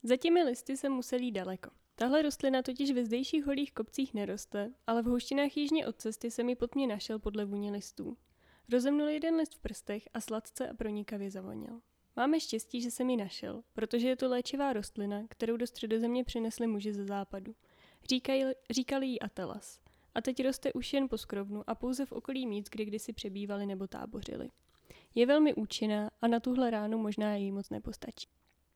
Za těmi listy se musel jít daleko. Tahle rostlina totiž ve zdejších holých kopcích neroste, ale v houštinách jižně od cesty se mi pod mě našel podle vůně listů. Rozemnul jeden list v prstech a sladce a pronikavě zavoněl. Máme štěstí, že se mi našel, protože je to léčivá rostlina, kterou do Středozemě přinesli muži ze západu. Říkali jí Atelas. A teď roste už jen po Skrovnu a pouze v okolí míst, kde kdysi přebývali nebo tábořili. Je velmi účinná a na tuhle ránu možná jí moc nepostačí.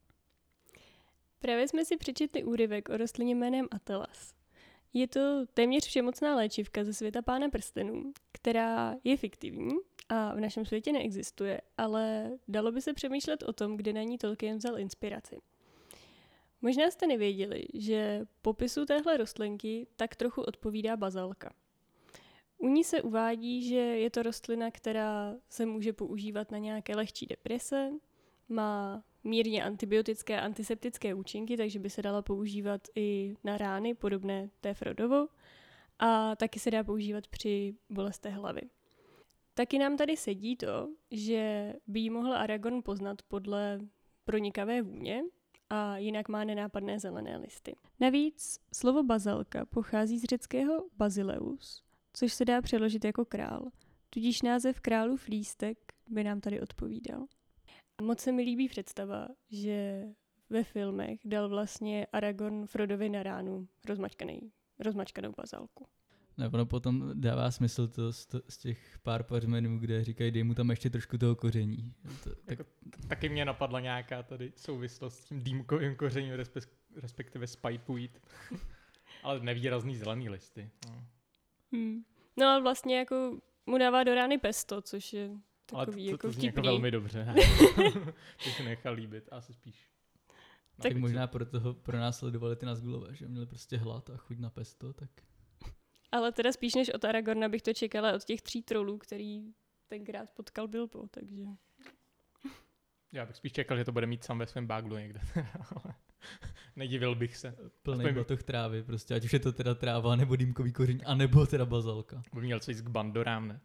Právě jsme si přečetli úryvek o rostlině jménem Atelas. Je to téměř všemocná léčivka ze světa Pána prstenů, která je fiktivní a v našem světě neexistuje, ale dalo by se přemýšlet o tom, kde na ní Tolkien vzal inspiraci. Možná jste nevěděli, že popisu téhle rostlinky tak trochu odpovídá bazalka. U ní se uvádí, že je to rostlina, která se může používat na nějaké lehčí deprese, má mírně antibiotické a antiseptické účinky, takže by se dala používat i na rány podobné té Frodovo a taky se dá používat při bolestech hlavy. Taky nám tady sedí to, že by ji mohl Aragorn poznat podle pronikavé vůně a jinak má nenápadné zelené listy. Navíc slovo bazalka pochází z řeckého basileus, což se dá přeložit jako král, tudíž název králův lístek by nám tady odpovídal. Moc se mi líbí představa, že ve filmech dal vlastně Aragorn Frodovi na ránu rozmačkanou bazalku. Ono potom dává smysl to z těch pár pařmenů, kde říkají, dej mu tam ještě trošku toho koření. Taky mě napadla nějaká tady souvislost s tím dýmkovým kořením, respektive spajpuit. Ale nevýrazný zelený listy. No a vlastně jako mu dává do rány pesto, což je takový ale jako vtipný. Jako velmi dobře. To si nechal líbit, asi spíš. Tak možná pro nás sledovali ty Nazgulové, že měli prostě hlad a chuť na pesto, tak... Ale teda spíš než od Aragorna bych to čekala od těch 3 trolů, který tenkrát potkal Bilbo, takže... Já bych spíš čekal, že to bude mít sám ve svém báglu někde. Nedivil bych se. Plný batoh trávy prostě, ať už je to teda tráva, nebo dýmkový koření, anebo teda bazalka. By měl co jít k bandorám, ne?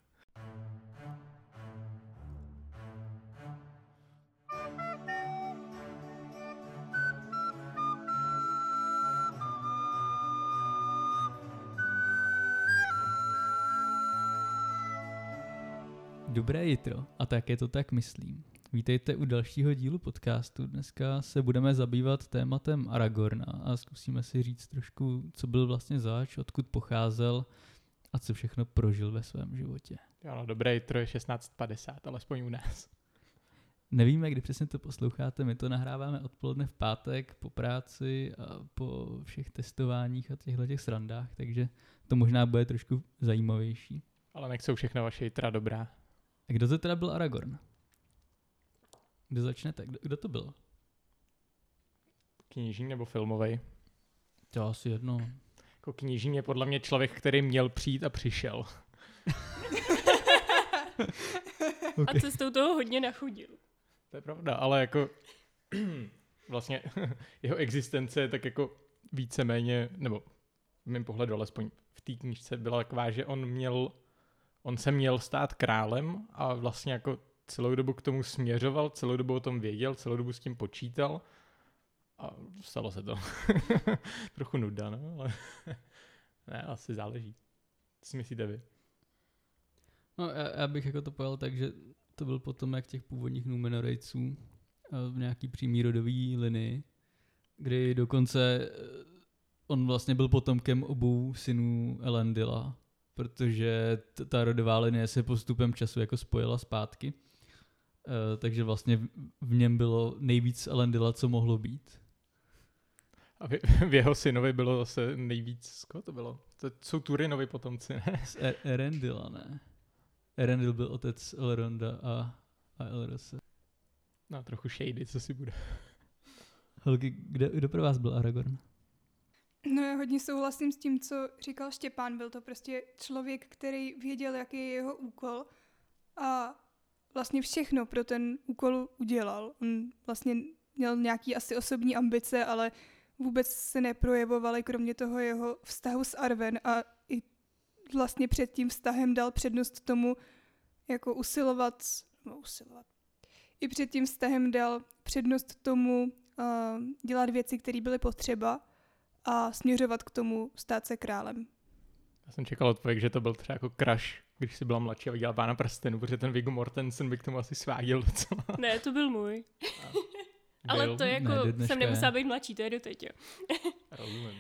Dobré jitro, a také to tak myslím. Vítejte u dalšího dílu podcastu. Dneska se budeme zabývat tématem Aragorna a zkusíme si říct trošku, co byl vlastně zač, odkud pocházel a co všechno prožil ve svém životě. Ano, dobré jitro je 16:50, alespoň u nás. Nevíme, kdy přesně to posloucháte, my to nahráváme odpoledne v pátek po práci a po všech testováních a těchto srandách, takže to možná bude trošku zajímavější. Ale nechcou všechno vaše jitra dobrá. A kdo to teda byl Aragorn? Kdo začnete? Kdo to byl? Kníží nebo filmovej? To asi jedno. Jako kníží je podle mě člověk, který měl přijít a přišel. Okay. A cestou toho hodně nachudil. To je pravda, ale jako vlastně jeho existence je tak jako víceméně, nebo v mém pohledu alespoň v té knížce byla taková, že on se měl stát králem a vlastně jako celou dobu k tomu směřoval, celou dobu o tom věděl, celou dobu s tím počítal a stalo se to. Trochu nuda, no, ale ne, asi záleží. Co si myslíte vy? No, já bych jako to pojal tak, že to byl potomek těch původních Númenorejců v nějaký přímý rodový linii, kdy dokonce on vlastně byl potomkem obou synů Elendila, protože ta rodová linie se postupem času jako spojila zpátky. Takže vlastně v něm bylo nejvíc Elendila, co mohlo být. A v jeho synovi bylo zase nejvíc, koho to bylo? To jsou Turinovi potomci, ne? Z Erendila, ne. Erendil byl otec Elronda a Elrose. No, trochu shady, co si bude. Holky, kdo pro vás byl Aragorn? No já hodně souhlasím s tím, co říkal Štěpán. Byl to prostě člověk, který věděl, jaký je jeho úkol a vlastně všechno pro ten úkol udělal. On vlastně měl nějaký asi osobní ambice, ale vůbec se neprojevovaly kromě toho jeho vztahu s Arwen a i vlastně před tím vztahem dal přednost tomu jako usilovat. I před tím vztahem dal přednost tomu dělat věci, které byly potřeba a směřovat k tomu stát se králem. Já jsem čekal odpověď, že to byl třeba jako crush, když jsi byla mladší a viděla Pána prstenů, protože ten Viggo Mortensen by k tomu asi sváděl docela. Ne, to byl můj. Ale to jako jsem nemusela být mladší, to je doteď, jo. Rozumím.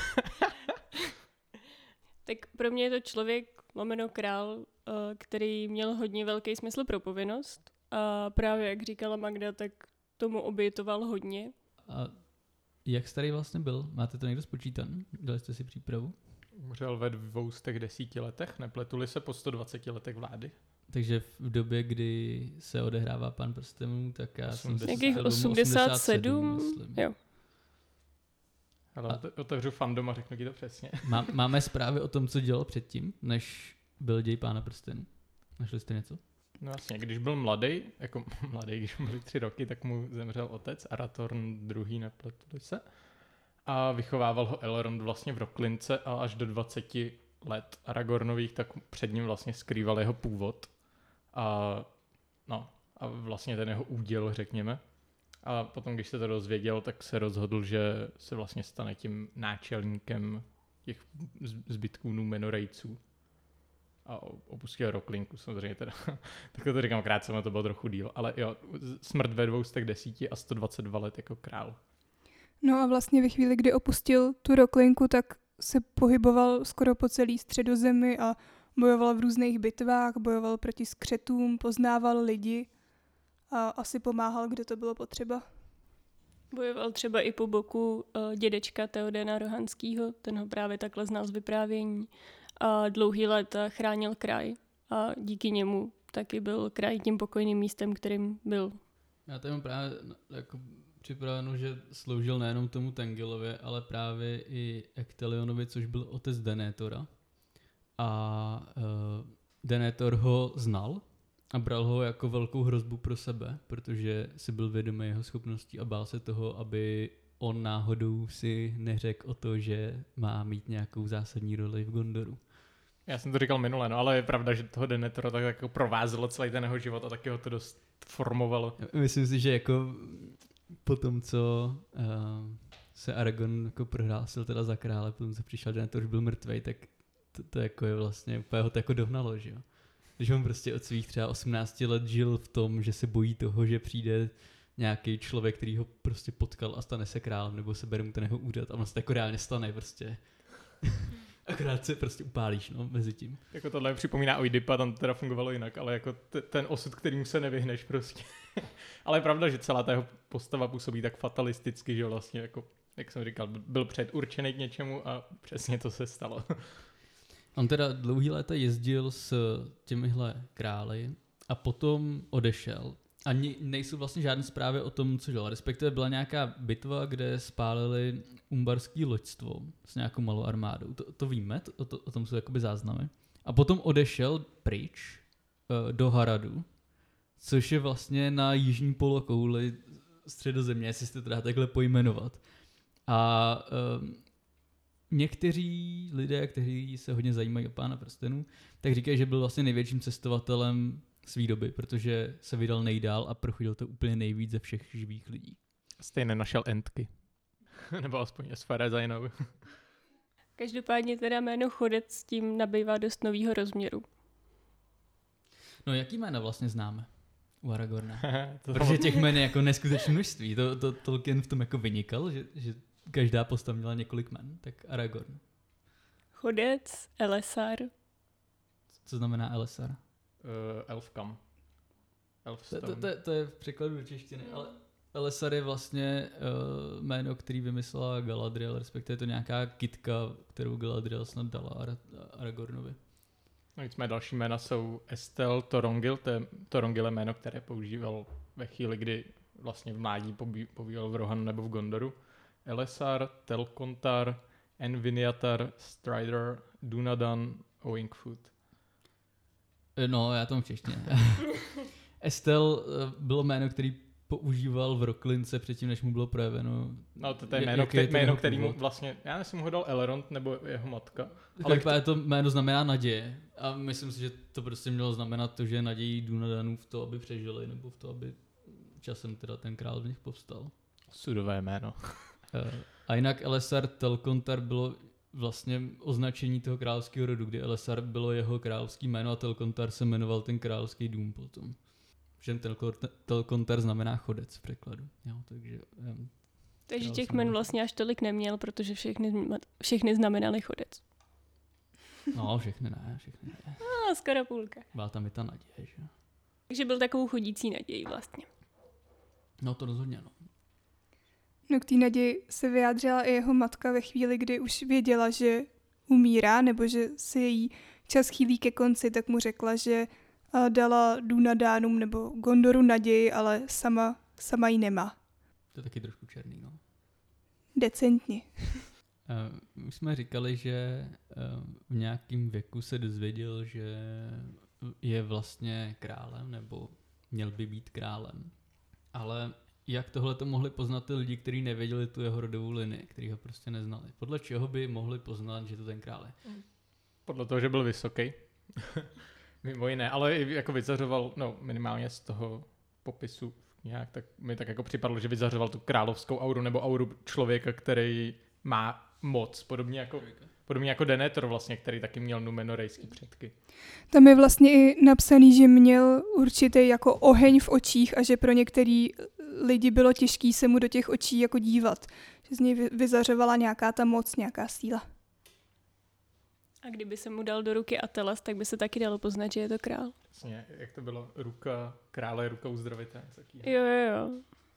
Tak pro mě je to člověk, lomeno král, který měl hodně velký smysl pro povinnost. A právě, jak říkala Magda, tak tomu obětoval hodně. A jak starý vlastně byl? Máte to někdo spočítan? Dali jste si přípravu? Umřel ve 210 letech, nepletuli se po 120 letech vlády. Takže v době, kdy se odehrává Pán prstenů, tak já jsem si nějakých myslel, 87, myslím. jo. Ale otevřu fandom a řeknu ti to přesně. Máme zprávy o tom, co dělal předtím, než byl děj Pána prstenů? Našli jste něco? No jasně, když byl mladý, když mu byly 3 roky, tak mu zemřel otec, Arathorn II. Nepletuli se. A vychovával ho Elrond vlastně v Roklince a až do 20 let Aragornových, tak před ním vlastně skrýval jeho původ a vlastně ten jeho úděl, řekněme. A potom, když se to dozvěděl, tak se rozhodl, že se vlastně stane tím náčelníkem těch zbytků Númenorejců. A opustil Roklinku, samozřejmě teda. Tak to říkám krátce, to bylo trochu díl. Ale jo, smrt ve 210 a 122 let jako král. No a vlastně ve chvíli, kdy opustil tu Roklinku, tak se pohyboval skoro po celý Středozemi a bojoval v různých bitvách, bojoval proti skřetům, poznával lidi a asi pomáhal, kde to bylo potřeba. Bojoval třeba i po boku dědečka Theodena Rohanskýho, ten ho právě takhle znal z vyprávění. A dlouhý léta chránil kraj a díky němu taky byl kraj tím pokojným místem, kterým byl. Já tady mám právě jako připraveno, že sloužil nejenom tomu Tengelovi, ale právě i Ectelionovi, což byl otec Denethora. A Denethor ho znal a bral ho jako velkou hrozbu pro sebe, protože si byl vědomý jeho schopností a bál se toho, aby on náhodou si neřekl o to, že má mít nějakou zásadní roli v Gondoru. Já jsem to říkal minule, no, ale je pravda, že toho Denethora tak jako provázelo celý ten jeho život a taky ho to dost formovalo. Myslím si, že jako po tom, co se Aragorn jako prohlásil teda za krále, potom co přišel Denethor, už byl mrtvej, tak to jako je vlastně úplně ho to jako dohnalo, že jo. Když on prostě od svých třeba 18 let žil v tom, že se bojí toho, že přijde nějaký člověk, který ho prostě potkal a stane se králem, nebo se bere mu ten jeho úřad a on se to jako reálně stane prostě. Akorát se prostě upálíš, no, mezi tím. Jako tohle mi připomíná Oidipa, tam to teda fungovalo jinak, ale jako ten osud, kterým se nevyhneš prostě. Ale je pravda, že celá ta jeho postava působí tak fatalisticky, že vlastně jako, jak jsem říkal, byl předurčený k něčemu a přesně to se stalo. On teda dlouhý léta jezdil s těmihle králi a potom odešel. A nejsou vlastně žádné zprávy o tom, co dělal. Respektive byla nějaká bitva, kde spálili umbarský loďstvo s nějakou malou armádou. To víme, o tom jsou jakoby záznamy. A potom odešel pryč do Haradu, což je vlastně na jižní polokouli Středozemě, jestli se to dá takhle pojmenovat. A někteří lidé, kteří se hodně zajímají o Pána prstenů, tak říkají, že byl vlastně největším cestovatelem svý doby, protože se vydal nejdál a prochodil to úplně nejvíc ze všech živých lidí. Stejně našel entky. Nebo aspoň as far as I know. Každopádně teda jméno Chodec s tím nabývá dost novýho rozměru. No jaký jména vlastně známe u Aragorna? Protože těch jmen je jako neskutečné množství. To Tolkien v tom jako vynikal, že každá postava měla několik jmen. Tak Aragorn. Chodec, Elessar. Co znamená Elessar? Elfkam. To je v překladu do češtiny, ale Elessar je vlastně jméno, který vymyslela Galadriel, respektive je to nějaká kytka, kterou Galadriel snad dala Aragornovi. No nicméně další jména jsou Estel, Torongil, Torongil je jméno, které používal ve chvíli, kdy vlastně v mládí pobýval v Rohanu nebo v Gondoru. Elessar, Telkontar, Enviniatar, Strider, Dunadan, Wingfoot. No, já to mám v češtině. Estel bylo jméno, který používal v Roklince předtím, než mu bylo projeveno. No to je jméno, který mu vlastně, já nevím, mu ho dal Elrond nebo jeho matka. Ale to jméno znamená naděje a myslím si, že to prostě mělo znamenat to, že nadějí Dunadanů v to, aby přežili, nebo v to, aby časem teda ten král v nich povstal. Sudové jméno. A jinak Elessar Telkontar bylo vlastně označení toho královského rodu, kdy Elessar bylo jeho královský jméno a Telkontar se jmenoval ten královský dům potom. Že Telkontar znamená chodec v překladu. Jo, Takže těch jmen vlastně až tolik neměl, protože všechny znamenaly chodec. No, všechny ne. Skoro půlka. Byla tam i ta naděje, že? Takže byl takovou chodící naději vlastně. No to rozhodně, no. No k té naději se vyjádřila i jeho matka ve chvíli, kdy už věděla, že umírá, nebo že se její čas chýlí ke konci, tak mu řekla, že dala Dúnadánům nebo Gondoru naději, ale sama ji nemá. To je taky trošku černý, no. Decentně. My jsme říkali, že v nějakém věku se dozvěděl, že je vlastně králem, nebo měl by být králem. Ale jak tohle to mohli poznat ty lidi, kteří nevěděli tu jeho rodovou linii, kteří ho prostě neznali? Podle čeho by mohli poznat, že to ten král je? Podle toho, že byl vysoký. Mimo jiné, ale jako vyzařoval, no minimálně z toho popisu nějak, tak mi tak jako připadlo, že vyzařoval tu královskou auru nebo auru člověka, který má moc, podobně jako Denethor vlastně, který taky měl numenorejský předky. Tam je vlastně i napsaný, že měl určitý jako oheň v očích a že pro některý lidi bylo těžké se mu do těch očí jako dívat. Že z něj vyzařovala nějaká ta moc, nějaká síla. A kdyby se mu dal do ruky Atelas, tak by se taky dalo poznat, že je to král. Vlastně, jak to bylo? Ruka krále, ruka uzdravitele. Jo.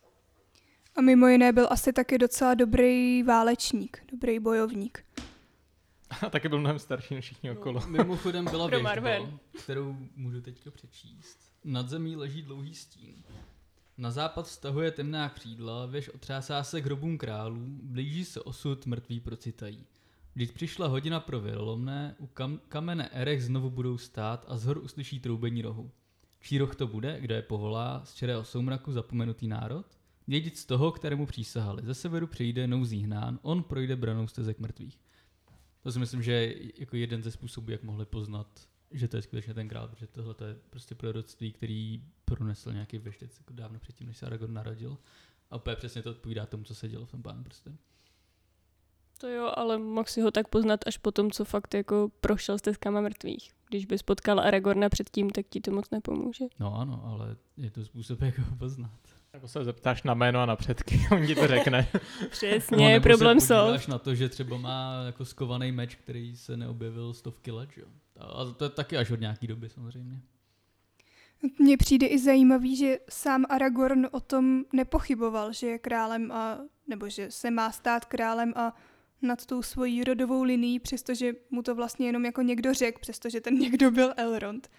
A mimo jiné byl asi taky docela dobrý válečník, dobrý bojovník. A taky byl mnohem starší než všichni okolo. Mimochodem byla věžba, kterou můžu teďka přečíst. Nad zemí leží dlouhý stín. Na západ stahuje temná křídla, věž otřásá se k hrobům králů, blíží se osud, mrtví procitají. Vždyť přišla hodina pro věrolomné, u kamene Erech znovu budou stát a zhor uslyší troubení rohu. Čí roh to bude, kdo je povolá, z čirého soumraku zapomenutý národ? Dědic toho, kterému přísahali. Ze severu přijde nouzí hnán, on projde branou stezek mrtvých. To si myslím, že je jako jeden ze způsobů, jak mohli poznat, že to je skutečně ten král, protože tohle je prostě proroctví, který pronesl nějaký věštec jako dávno předtím, než se Aragorn narodil. A úplně přesně to odpovídá tomu, co se dělo v tom Pánu prstenů. To jo, ale mohl si ho tak poznat až po tom, co fakt jako prošel stezkama mrtvých. Když by spotkal Aragorna předtím, tak ti to moc nepomůže. No ano, ale je to způsob, jak ho poznat. Jako se zeptáš na jméno a na předky, on ti to řekne. Přesně, no, problém jsou. solved. Až na to, že třeba má jako skovaný meč, který se neobjevil stovky let, jo. A to je taky až od nějaký doby samozřejmě. Mně přijde i zajímavý, že sám Aragorn o tom nepochyboval, že je králem nebo že se má stát králem a nad tou svojí rodovou linií, přestože mu to vlastně jenom jako někdo řekl, přestože ten někdo byl Elrond.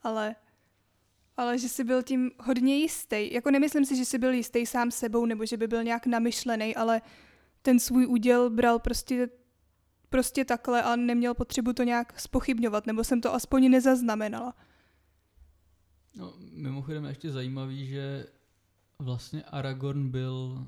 Ale že si byl tím hodně jistý. Jako nemyslím si, že si byl jistý sám sebou, nebo že by byl nějak namyšlený, ale ten svůj úděl bral prostě takhle a neměl potřebu to nějak zpochybňovat, nebo jsem to aspoň nezaznamenala. No, mimochodem ještě zajímavý, že vlastně Aragorn byl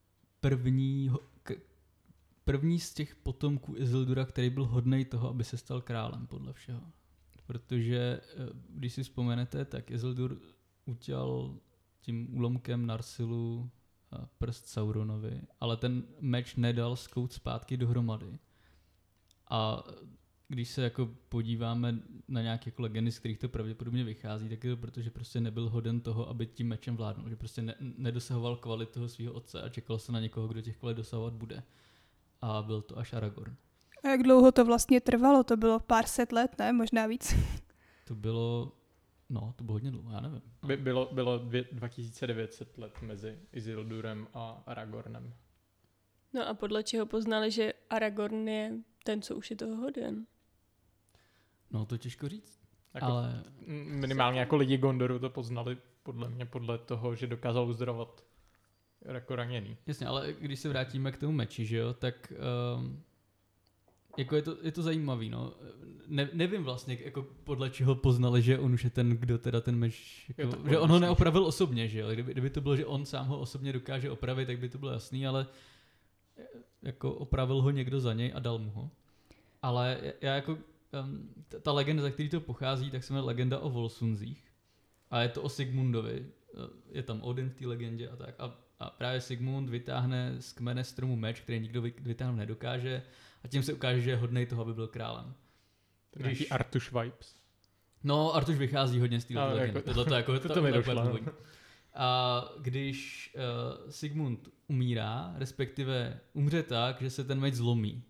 první z těch potomků Isildura, který byl hodnej toho, aby se stal králem podle všeho. Protože, když si vzpomenete, tak Isildur utěl tím úlomkem Narsilu prst Sauronovi, ale ten meč nedal skout zpátky dohromady. A když se jako podíváme na nějaké jako legendy, z kterých to pravděpodobně vychází, tak je to proto, že prostě nebyl hoden toho, aby tím mečem vládnul. Že prostě nedosahoval kvalit toho svého otce a čekal se na někoho, kdo těch kvalit dosahovat bude. A byl to až Aragorn. A jak dlouho to vlastně trvalo? To bylo pár set let, ne? Možná víc. To bylo hodně dlouho, já nevím. Bylo 2900 let mezi Isildurem a Aragornem. No a podle čeho poznali, že Aragorn je ten, co už je toho hoden? No to těžko říct. Jako ale minimálně jako lidi Gondoru to poznali podle toho, že dokázal uzdravovat jako raněný. Jasně, ale když se vrátíme k tomu meči, že jo, tak jako je to zajímavý, no. Nevím vlastně, jako podle čeho poznali, že on už je ten, kdo teda ten meč, jako, že on ho neopravil osobně, že jo. Kdyby to bylo, že on sám ho osobně dokáže opravit, tak by to bylo jasný, ale jako opravil ho někdo za něj a dal mu ho. Ale já jako ta legenda, za který to pochází, tak se jmenuje legenda o Volsunzích. A je to o Sigmundovi. Je tam Odin v té legendě a tak. A A právě Sigmund vytáhne z kmene stromu meč, který nikdo vytáhnout nedokáže a tím se ukáže, že je hodnej toho, aby byl králem. Když Artuš vibes. No, Artuš vychází hodně z této legendy. To mi došlo. A když Sigmund umírá, respektive umře tak, že se ten meč zlomí.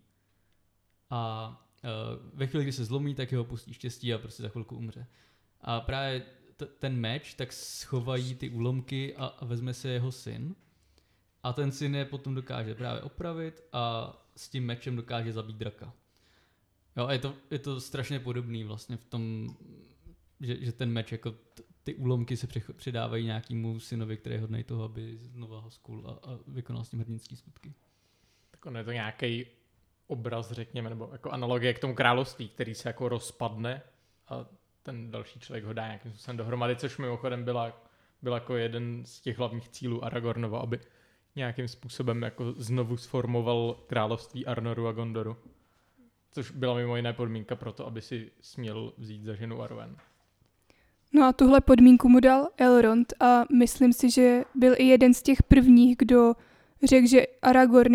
A ve chvíli, kdy se zlomí, tak jeho pustí štěstí a prostě za chvilku umře. A právě ten meč tak schovají ty úlomky a vezme se jeho syn. A ten syn je potom dokáže právě opravit a s tím mečem dokáže zabít draka. Jo, a je to strašně podobný vlastně v tom, že ten meč, jako ty úlomky se předávají nějakému synovi, který je hodnej toho, aby znovu ho skul a vykonal s tím hrdinský skutky. Tak on je to nějaký obraz, řekněme, nebo jako analogie k tomu království, který se jako rozpadne a ten další člověk ho dá nějakým způsobem dohromady, což mimochodem byl jako jeden z těch hlavních cílů Aragornova, aby nějakým způsobem jako znovu sformoval království Arnoru a Gondoru. Což byla mimo jiné podmínka pro to, aby si směl vzít za ženu Arwen. No a tuhle podmínku mu dal Elrond a myslím si, že byl i jeden z těch prvních, kdo řekl, že Aragorn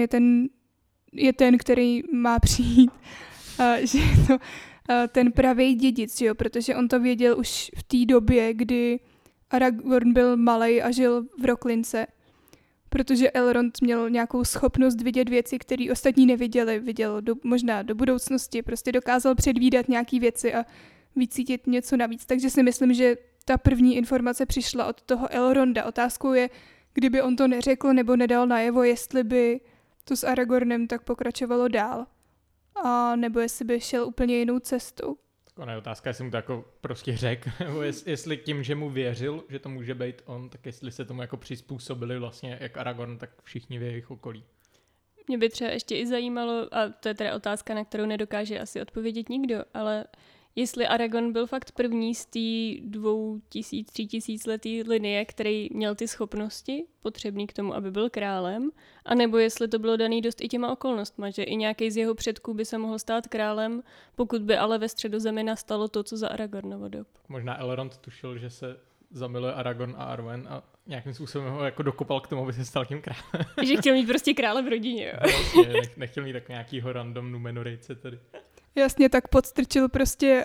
je ten, který má přijít. A že je to ten pravý dědic, že jo? Protože on to věděl už v té době, kdy Aragorn byl malej a žil v Roklince. Protože Elrond měl nějakou schopnost vidět věci, které ostatní neviděli. Viděl možná do budoucnosti, prostě dokázal předvídat nějaké věci a vycítit něco navíc. Takže si myslím, že ta první informace přišla od toho Elronda. Otázkou je, kdyby on to neřekl nebo nedal najevo, jestli by to s Aragornem tak pokračovalo dál. A nebo jestli by šel úplně jinou cestou. Taková je otázka, jestli mu to jako prostě řekl, nebo jestli tím, že mu věřil, že to může být on, tak jestli se tomu jako přizpůsobili vlastně jak Aragorn, tak všichni v jejich okolí. Mě by třeba ještě i zajímalo, a to je teda otázka, na kterou nedokáže asi odpovědět nikdo, ale jestli Aragorn byl fakt první z té 2000, 3000 letý linie, který měl ty schopnosti potřebný k tomu, aby byl králem, anebo jestli to bylo daný dost i těma okolnostma, že i nějaký z jeho předků by se mohl stát králem, pokud by ale ve Středozemi nastalo to, co za Aragornovo dob. Možná Elrond tušil, že se zamiluje Aragorn a Arwen a nějakým způsobem ho jako dokopal k tomu, aby se stal tím králem. Že chtěl mít prostě krále v rodině, jo. Vlastně, nechtěl mít tak nějakýho random Numenorejce tady. Jasně, tak podstrčil prostě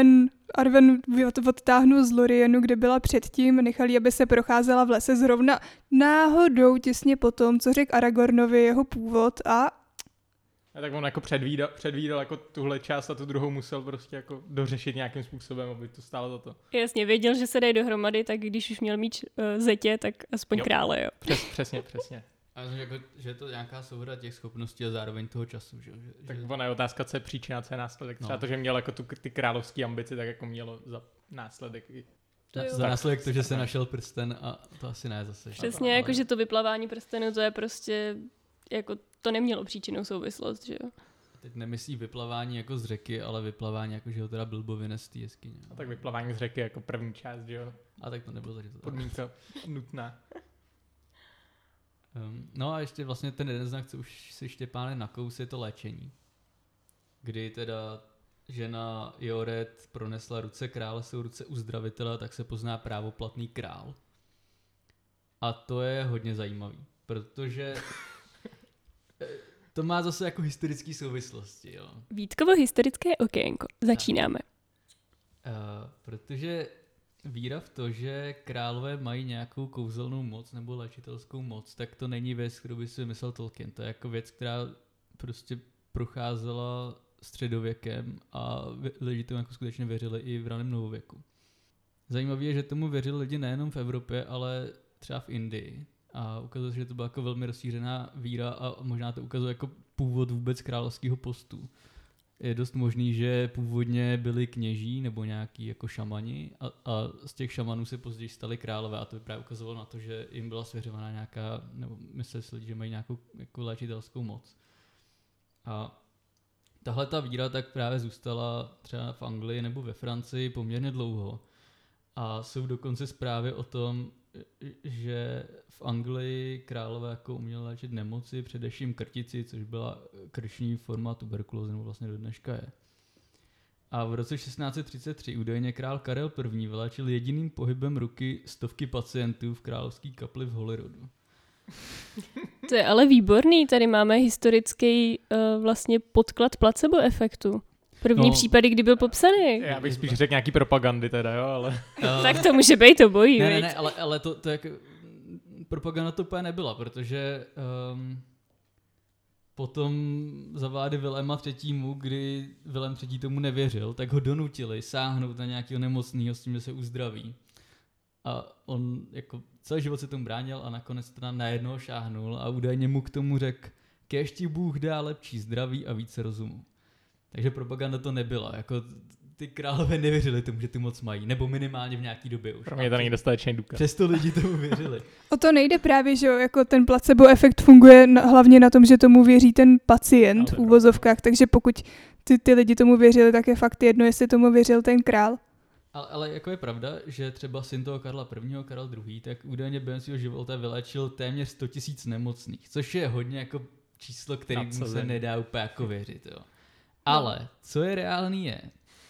Arwen odtáhnul z Lorienu, kde byla předtím, nechal jí, aby se procházela v lese zrovna náhodou těsně potom, co řekl Aragornovi jeho původ a tak on jako předvídal jako tuhle část a tu druhou musel prostě jako dořešit nějakým způsobem, aby to stálo za to. Jasně, věděl, že se dají dohromady, tak když už měl mít zetě, tak aspoň krále, jo. Přesně. A myslím, že je to nějaká souhra těch schopností a zároveň toho času, že? Tak ona je otázka, co je příčina, co je následek. Třeba to, že měl jako ty královské ambice, tak jako mělo za následek i... Za následek to, že se našel prsten a to asi ne zase. Přesně, ale... jakože to vyplavání prstenu, to je prostě, jako to nemělo příčinnou souvislost, že jo. Teď nemyslí vyplavání jako z řeky, ale vyplavání jako, že ho teda Bilbo vynes z té jeskyně. A tak vyplavání z řeky jako první část, že jo. A tak to nebylo tady to. Podmínka nutná. No a ještě vlastně ten jeden znak, co už si Štěpáne nakous, je to léčení. Kdy teda žena Iored pronesla ruce krále, jsou ruce uzdravitele, tak se pozná právoplatný král. A to je hodně zajímavý, protože to má zase jako historické souvislosti. Jo. Vítkovo historické okénko. Začínáme. Protože víra v to, že králové mají nějakou kouzelnou moc nebo léčitelskou moc, tak to není věc, kterou by si vymyslel Tolkien. To je jako věc, která prostě procházela středověkem a lidi tomu jako skutečně věřili i v raném novověku. Zajímavé je, že tomu věřili lidi nejenom v Evropě, ale třeba v Indii. A ukazuje se, že to byla jako velmi rozšířená víra a možná to ukazuje jako původ vůbec královského postu. Je dost možný, že původně byli kněží nebo nějaký jako šamani a z těch šamanů se později stali králové a to by právě ukazovalo na to, že jim byla svěřovaná nějaká, nebo mysleli si lidi, že mají nějakou jako léčitelskou moc. A tahle ta víra tak právě zůstala třeba v Anglii nebo ve Francii poměrně dlouho. A jsou dokonce zprávy o tom, že v Anglii králové jako uměli léčit nemoci, především krtici, což byla krční forma tuberkulózy, nebo vlastně do dneška je. A v roce 1633 údajně král Karel I vyléčil jediným pohybem ruky stovky pacientů v královské kapli v Holyrodu. To je ale výborný, tady máme historický vlastně podklad placebo efektu. První případy, kdy byl popsaný. Já bych spíš řekl nějaký propagandy teda, jo, ale... Tak to může být obojí, Ne, ale to jako... Propaganda to úplně nebyla, protože potom za vlády Viléma III., kdy Vilém III. Tomu nevěřil, tak ho donutili sáhnout na nějakého nemocného s tím, že se uzdraví. A on jako celý život se tomu bránil a nakonec teda najednou šáhnul a údajně mu k tomu řekl, kéž ti Bůh dá lepší zdraví a více rozumu. Takže propaganda to nebyla, jako ty králové nevěřili tomu, že tu moc mají, nebo minimálně v nějaký době už. Pro mě to není dostatečný důkaz. Přesto lidi tomu věřili. O to nejde právě, že jo, jako ten placebo efekt funguje hlavně na tom, že tomu věří ten pacient v úvozovkách, takže pokud ty lidi tomu věřili, tak je fakt jedno, jestli tomu věřil ten král. Ale jako je pravda, že třeba syn toho Karla I., Karel II., tak údajně během svého života vyléčil téměř 100 000 nemocných, což je hodně jako číslo, kterým se nedá úplně jako věřit. Jo. Ale co je reálný je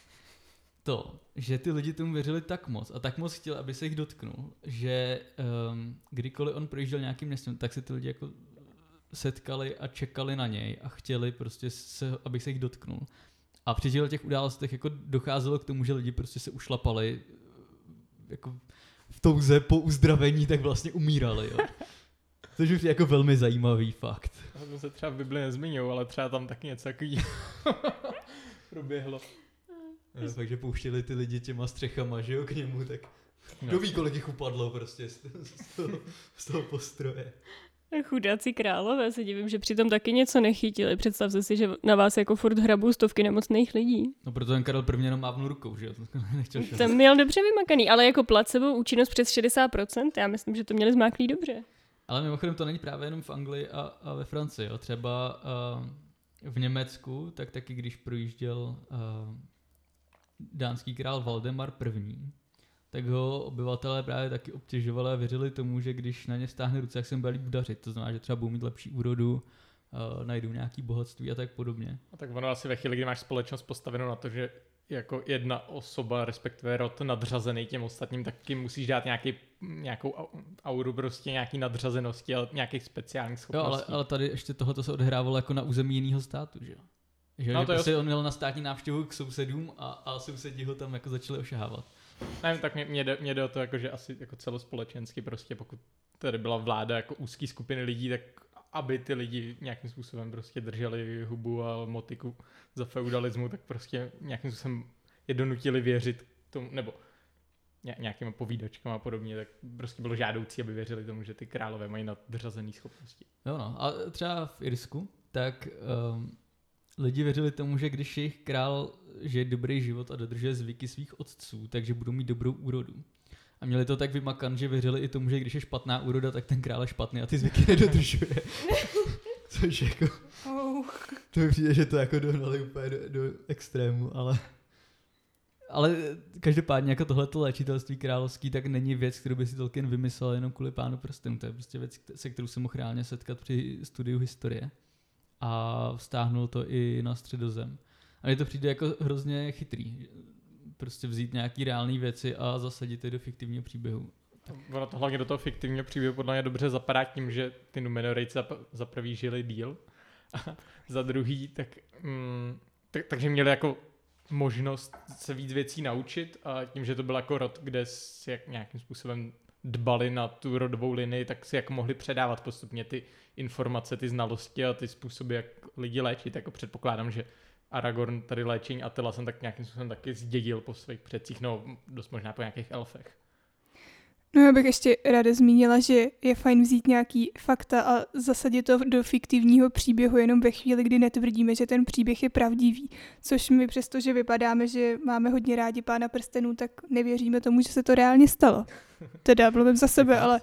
to, že ty lidi tomu věřili tak moc a tak moc chtěli, aby se jich dotknul, že kdykoliv on projížděl nějakým městem, tak se ty lidi jako setkali a čekali na něj a chtěli prostě, aby se jich dotknul. A při těch událostech jako docházelo k tomu, že lidi prostě se ušlapali jako v touze po uzdravení, tak vlastně umírali. Jo. Což už je jako velmi zajímavý fakt. To se třeba v Bibli nezmiňují, ale třeba tam taky něco takový proběhlo. Takže pouštěli ty lidi těma střechama, že jo, k němu, tak kdo ví, kolik jich upadlo prostě z toho postroje. Chudáci králové, se divím, že přitom taky něco nechytili. Představte si, že na vás jako furt hrabou stovky nemocných lidí. No proto ten Karel prvně jenom mávnul rukou, že jo? Ten měl dobře vymakaný, ale jako placebo účinnost přes 60%, já myslím, že to měli zmáklý dobře. Ale mimochodem to není právě jenom v Anglii a ve Francii, jo? Třeba v Německu, tak taky když projížděl dánský král Valdemar I., tak ho obyvatelé právě taky obtěžovali a věřili tomu, že když na ně stáhne ruce, jak se bude líp dařit. To znamená, že třeba budou mít lepší úrodu, najdou nějaký bohatství a tak podobně. A tak ono asi ve chvíli, kdy máš společnost postavenou na to, že jako jedna osoba, respektive rod nadřazený těm ostatním, taky musíš dát nějakou auru prostě nějaký nadřazenosti a nějakých speciálních schopností. Jo, ale tady ještě tohle se odehrávalo jako na území jiného státu, že jo? Že prostě on měl na státní návštěvu k sousedům a sousedi ho tam jako začali ošahávat. Nevím, tak mě jde o to, jako, že asi jako celospolečensky prostě, pokud tady byla vláda jako úzký skupiny lidí, tak aby ty lidi nějakým způsobem prostě drželi hubu a motiku za feudalismu, tak prostě nějakým způsobem je donutili věřit tomu, nebo nějakýma povídačkama a podobně, tak prostě bylo žádoucí, aby věřili tomu, že ty králové mají nadřazené schopnosti. Jo no, a třeba v Irsku, tak lidi věřili tomu, že když jejich král žije dobrý život a dodržuje zvyky svých otců, takže budou mít dobrou úrodu. A měli to tak vymakan, že věřili i tomu, že když je špatná úroda, tak ten král je špatný a ty zvyky nedodržuje. Což jako... To mi přijde, že to jako dohnali úplně do extrému, ale každopádně jako tohleto léčitelství královský tak není věc, kterou by si Tolkien vymyslel jenom kvůli Pánu prstenů. To je prostě věc, se kterou se mohl reálně setkat při studiu historie. A vztáhnul to i na Středozem. A mně to přijde jako hrozně chytrý. Prostě vzít nějaký reální věci a zasadit je do fiktivního příběhu. Ono to hlavně do toho fiktivního příběhu podle mě dobře zapadá tím, že ty Numenorejci za prvý žili díl a za druhý takže měli jako možnost se víc věcí naučit a tím, že to byl jako rod, kde si jak nějakým způsobem dbali na tu rodovou linii, tak si jako mohli předávat postupně ty informace, ty znalosti a ty způsoby, jak lidi léčit. Jako předpokládám, že Aragorn tady léčení Attila jsem tak nějakým způsobem taky zdědil po svých předcích, no dost možná po nějakých elfech. No já bych ještě ráda zmínila, že je fajn vzít nějaký fakta a zasadit to do fiktivního příběhu jenom ve chvíli, kdy netvrdíme, že ten příběh je pravdivý. Což my přesto, že vypadáme, že máme hodně rádi Pána prstenů, tak nevěříme tomu, že se to reálně stalo. Teda mluvím za sebe, ale...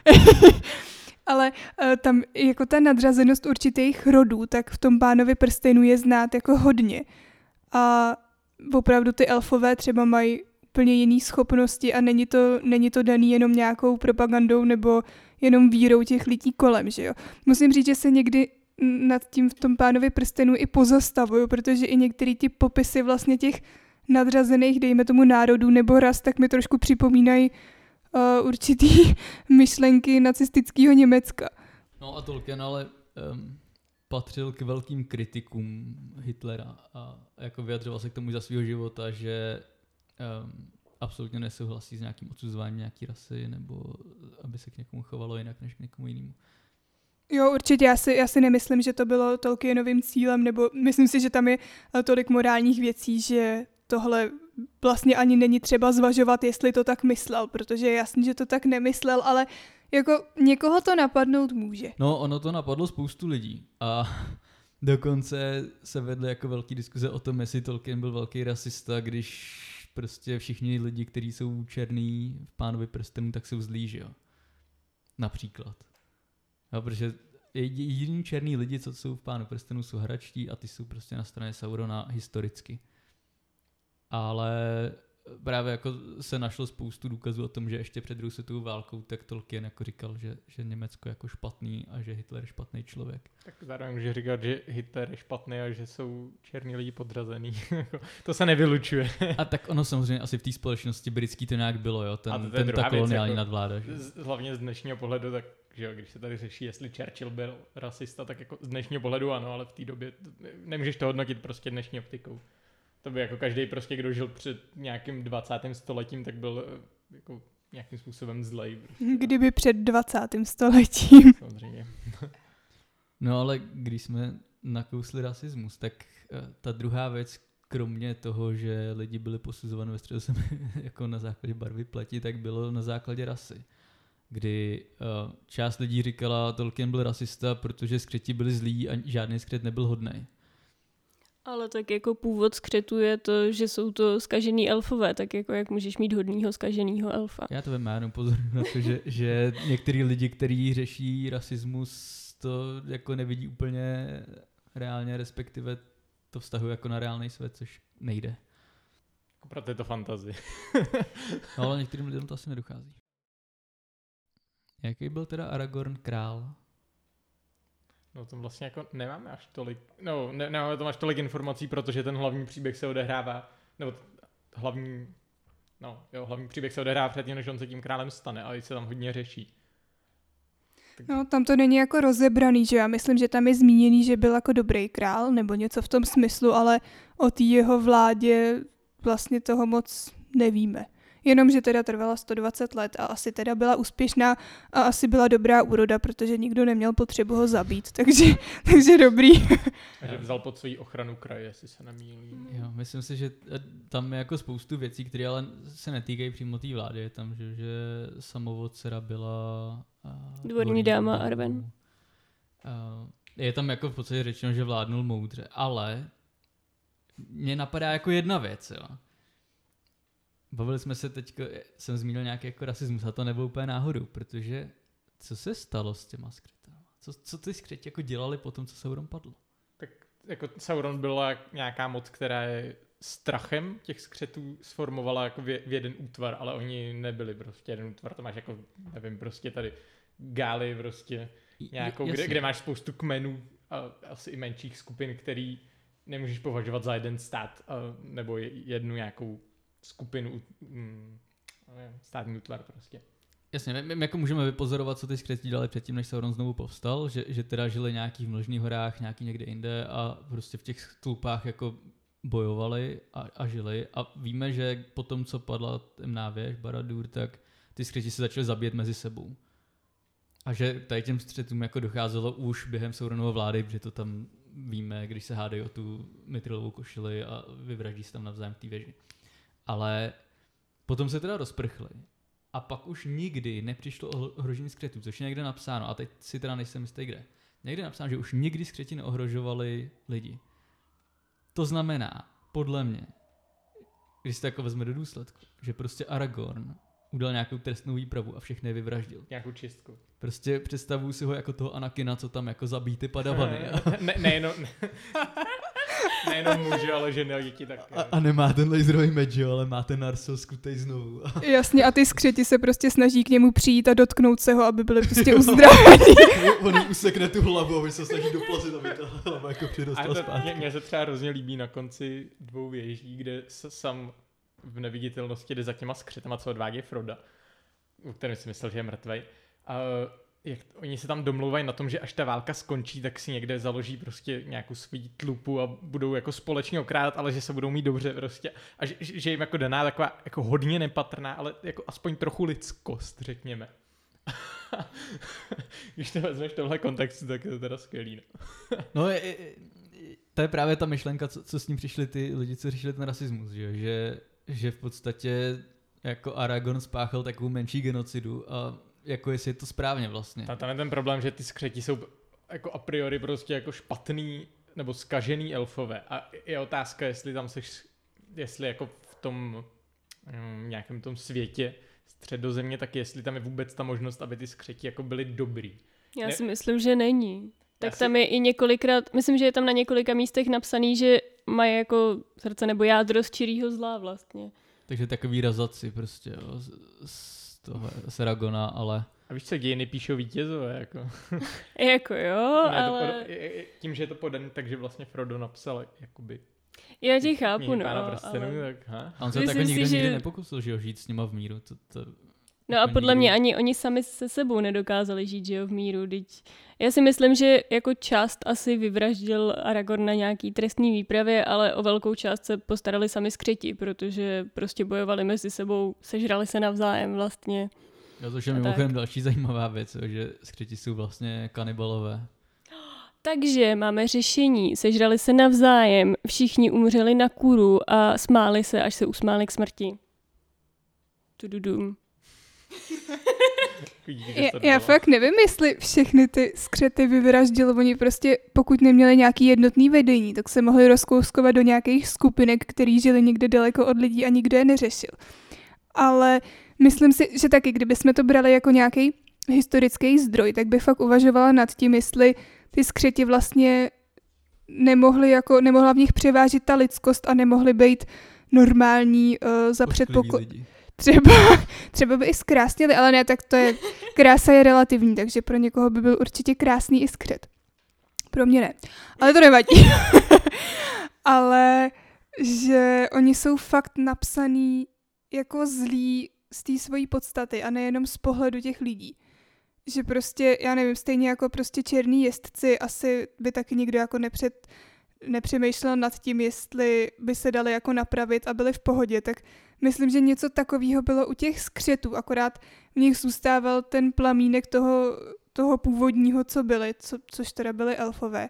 Ale tam jako ta nadřazenost určitých rodů, tak v tom Pánovi prstenů je znát jako hodně. A opravdu ty elfové třeba mají úplně jiné schopnosti a není to daný jenom nějakou propagandou nebo jenom vírou těch lidí kolem, že jo. Musím říct, že se někdy nad tím v tom Pánovi prstenů i pozastavuju, protože i některé ty popisy vlastně těch nadřazených, dejme tomu národů nebo ras, tak mi trošku připomínají určitý myšlenky nacistického Německa. No a Tolkien ale patřil k velkým kritikům Hitlera a jako vyjadřoval se k tomu za svého života, že absolutně nesouhlasí s nějakým odsuzováním nějaký rasy nebo aby se k někomu chovalo jinak než k někomu jinému. Jo, určitě, já si nemyslím, že to bylo Tolkienovým cílem, nebo myslím si, že tam je tolik morálních věcí, že tohle vlastně ani není třeba zvažovat, jestli to tak myslel, protože je jasný, že to tak nemyslel, ale jako někoho to napadnout může. No, ono to napadlo spoustu lidí a dokonce se vedly jako velký diskuze o tom, jestli Tolkien byl velký rasista, když prostě všichni lidi, kteří jsou černý v Pánovi prstenů, tak jsou zlí, že jo? Například. No, protože jediný černý lidi, co jsou v Pánu prstenů, jsou hračtí a ty jsou prostě na straně Saurona historicky. Ale právě jako se našlo spoustu důkazů o tom, že ještě před druhou světovou válkou tak Tolkien jako říkal, že Německo je jako špatný a že Hitler je špatný člověk. Tak zároveň může říkat, že Hitler je špatný a že jsou černí lidi podřazený. To se nevylučuje. A tak ono samozřejmě asi v té společnosti britský to nějak bylo, jo, ta koloniální nadvláda. Že? Hlavně z dnešního pohledu, tak že jo, když se tady řeší, jestli Churchill byl rasista, tak jako z dnešního pohledu ano, ale v té době nemůžeš to hodnotit prostě dnešní optikou. To by jako každý prostě, kdo žil před nějakým 20. stoletím, tak byl jako nějakým způsobem zlej. Prostě. Kdyby před 20. stoletím. Samozřejmě. No ale když jsme nakousli rasismus, tak ta druhá věc, kromě toho, že lidi byli posuzováni ve Středozemi jako na základě barvy pleti, tak bylo na základě rasy. Kdy část lidí říkala, Tolkien byl rasista, protože skřeti byli zlí a žádný skřet nebyl hodnej. Ale tak jako původ skřetu je to, že jsou to zkažený elfové, tak jako jak můžeš mít hodnýho zkaženýho elfa. Já to jenom pozoruju na to, že některý lidi, kteří řeší rasismus, to jako nevidí úplně reálně, respektive to vztahuje jako na reálný svět, což nejde. Proto je to fantazie. No, ale některým lidem to asi nedochází. Jaký byl teda Aragorn král? No to vlastně jako nemáme až tolik, nemáme tam až tolik informací, protože ten hlavní příběh se odehrává, nebo hlavní příběh se odehrává předtím, než on se tím králem stane, ale se tam hodně řeší. No, tam to není jako rozebraný, že já myslím, že tam je zmíněný, že byl jako dobrý král, nebo něco v tom smyslu, ale o té jeho vládě vlastně toho moc nevíme. Jenom, že teda trvala 120 let a asi teda byla úspěšná a asi byla dobrá úroda, protože nikdo neměl potřebu ho zabít, takže dobrý. Takže vzal pod svoji ochranu kraje, jestli se nemýlím. Jo, myslím si, že tam je jako spoustu věcí, které ale se netýkají přímo té vlády. Je tam, že samovodcera byla dvorní dáma Arwen. Je tam jako v podstatě řečeno, že vládnul moudře, ale mně napadá jako jedna věc, jo. Bavili jsme se teď, jsem zmínil nějaký jako rasismus a to nebylo úplně náhodou, protože co se stalo s těma skřetama? Co ty skřeti jako dělali po tom, co Sauron padl? Tak jako Sauron byla nějaká moc, která je strachem těch skřetů sformovala jako v jeden útvar, ale oni nebyli prostě jeden útvar, to máš jako, nevím, prostě tady Gály prostě nějakou, kde máš spoustu kmenů a asi i menších skupin, který nemůžeš považovat za jeden stát nebo jednu nějakou skupinu, státní útvar prostě. Jasně, my jako můžeme vypozorovat, co ty skřeti dělali předtím, než Sauron znovu povstal, že teda žili nějaký v Mlžných horách, nějaký někde jinde a prostě v těch stulpách jako bojovali a žili a víme, že po tom, co padla temná věž, Barad-dûr, tak ty skřeti se začaly zabíjet mezi sebou. A že tady těm střetům jako docházelo už během Sauronova vlády, protože to tam víme, když se hádají o tu Mithrilovou košili a vyvraždí se tam navzájem v té věži. Ale potom se teda rozprchli a pak už nikdy nepřišlo ohrožení skřetů, což je někde napsáno a teď si teda nejsem jistý kde. Někde napsáno, že už nikdy skřeti neohrožovali lidi. To znamená, podle mě, když se to jako vezme do důsledku, že prostě Aragorn udělal nějakou trestnou výpravu a všechny je vyvraždil. Nějakou čistku. Prostě představuju si ho jako toho Anakina, co tam jako zabíjí ty padavany. Nejenom muži, ale ženy a děti taky. A nemá ten laserový meč, jo, ale má ten Narsil skutej znovu. Jasně, a ty skřeti se prostě snaží k němu přijít a dotknout se ho, aby byli prostě uzdraveni. On jim usekne tu hlavu, aby se snaží doplazit, aby ta hlava jako přirostla zpátky. Mně se třeba hrozně líbí na konci 2 věží, kde sam v neviditelnosti jde za těma skřetama, co odvádí Froda, u kterém si myslel, že je mrtvej. jak oni se tam domlouvají na tom, že až ta válka skončí, tak si někde založí prostě nějakou svou tlupu a budou jako společně okrádat, ale že se budou mít dobře prostě. A že jim jako daná taková jako hodně nepatrná, ale jako aspoň trochu lidskost, řekněme. Když to vezmeš v tomhle kontextu, tak je to teda skvělý. No to je právě ta myšlenka, co s ním přišli ty lidi, co řešili ten rasismus, že v podstatě jako Aragorn spáchal takovou menší genocidu a jako jestli je to správně vlastně. Tam je ten problém, že ty skřeti jsou jako a priori prostě jako špatný nebo zkažený elfové a je otázka, jestli tam jestli jako v tom nějakém tom světě Středozemě, tak jestli tam je vůbec ta možnost, aby ty skřeti jako byli dobrý. Já si myslím, že není. Tak tam je i několikrát, myslím, že je tam na několika místech napsaný, že mají jako srdce nebo jádro z čirýho zla vlastně. Takže takový razaci prostě, jo, z Aragona, ale... A víš co, dějiny píšou vítězové, jako. Jako jo, ne, ale... Tím, že je to podaný, takže vlastně Frodo napsal, jakoby... Já tě chápu, no, Pána prstenů, ale... tak, ha? A on se tak nikdy nepokusil, že jo, žít s nima v míru. No a podle mě ani oni sami se sebou nedokázali žít, že jo, v míru. Já si myslím, že jako část asi vyvraždil Aragorn na nějaký trestný výpravě, ale o velkou část se postarali sami skřeti, protože prostě bojovali mezi sebou, sežrali se navzájem vlastně. Jo, to je mimochodem další zajímavá věc, že skřeti jsou vlastně kanibalové. Takže máme řešení. Sežrali se navzájem, všichni umřeli na kůru a smáli se, až se usmáli k smrti. Tududum. Já fakt nevím, jestli všechny ty skřety vyvraždil. Oni prostě, pokud neměli nějaký jednotný vedení, tak se mohli rozkouskovat do nějakých skupinek, který žili někde daleko od lidí a nikdo je neřešil. Ale myslím si, že taky, kdybychom to brali jako nějaký historický zdroj, tak bych fakt uvažovala nad tím, jestli ty skřeti vlastně nemohla v nich převážit ta lidskost a nemohli být normální za předpoklad. Třeba by i zkrásnili, ale ne, tak to je, krása je relativní, takže pro někoho by byl určitě krásný i skřet. Pro mě ne, ale to nevadí. Ale že oni jsou fakt napsaný jako zlí z té svojí podstaty a nejenom z pohledu těch lidí. Že prostě, já nevím, stejně jako prostě černý jezdci, asi by taky nikdo jako nepřemýšlel nad tím, jestli by se dali jako napravit a byli v pohodě, tak myslím, že něco takového bylo u těch skřetů, akorát v nich zůstával ten plamínek toho původního, co byli, což teda byli elfové.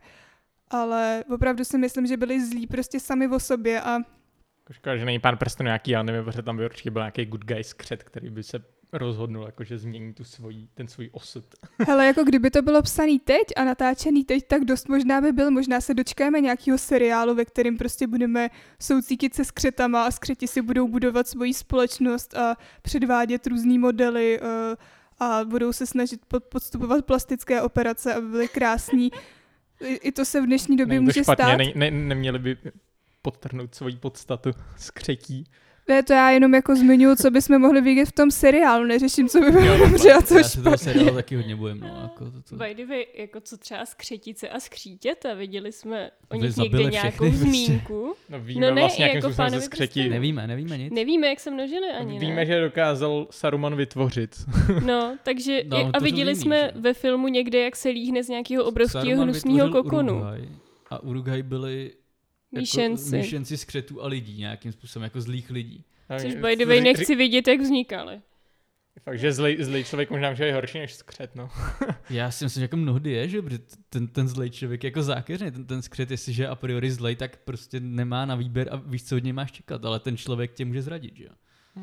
Ale opravdu si myslím, že byli zlí prostě sami o sobě a... Škoda, že není Pán prstenů nějaký, já nevím, protože tam by určitě byl nějaký good guy skřet, který by se rozhodnul, jakože změní ten svůj osud. Hele, jako kdyby to bylo psaný teď a natáčený teď, tak dost možná by byl. Možná se dočkáme nějakého seriálu, ve kterém prostě budeme soucítit se skřetama a skřeti si budou budovat svoji společnost a předvádět různý modely a budou se snažit podstupovat plastické operace, aby byly krásní. I to se v dnešní době může stát. Neměli by podtrhnout svoji podstatu skřetí. Ne, to já jenom jako zmiňuji, co bychom mohli vidět v tom seriálu, neřeším, co by bylo dobře a co špatně. Já se toho seriálu taky hodně bojím, no. Jako to. By the way, jako co třeba skřítice a skřítěta, viděli jsme o nich někde nějakou zmínku. No víme vlastně, jakým jako způsobem se skřetí. Nevíme nic. Nevíme, jak se množili ani, ne? Víme, že dokázal Saruman vytvořit. No, takže, a viděli jsme ve filmu někde, jak se líhne z nějakého obrovského hnusného kokonu. A Uruk-hai byli myšlenci skřetů a lidí, nějakým způsobem, jako zlých lidí. Což by the way nechci vidět, jak vznikaly. Fakt, že zlej člověk možná může být horší než skřet, no. Já si myslím, že jako mnohdy je, že ten zlej člověk jako zákeřný, ten skřet, jestliže a priori zlej, tak prostě nemá na výběr a víš, co od něj máš čekat, ale ten člověk tě může zradit, že jo.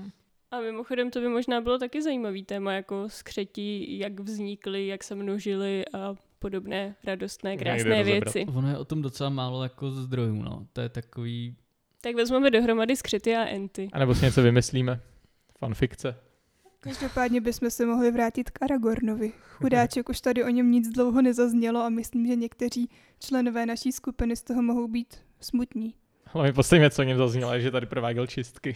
A mimochodem to by možná bylo taky zajímavý téma, jako skřeti, jak vznikly, jak se množily a podobné radostné, krásné věci. Ono je o tom docela málo jako zdrojů, no. To je takový... Tak vezmeme dohromady skřety a enty. A nebo si něco vymyslíme. Fanfikce. Každopádně bychom se mohli vrátit k Aragornovi. Chudáček, už tady o něm nic dlouho nezaznělo a myslím, že někteří členové naší skupiny z toho mohou být smutní. Ale my posledně, co o něm zaznělo, je, že tady prováděl čistky.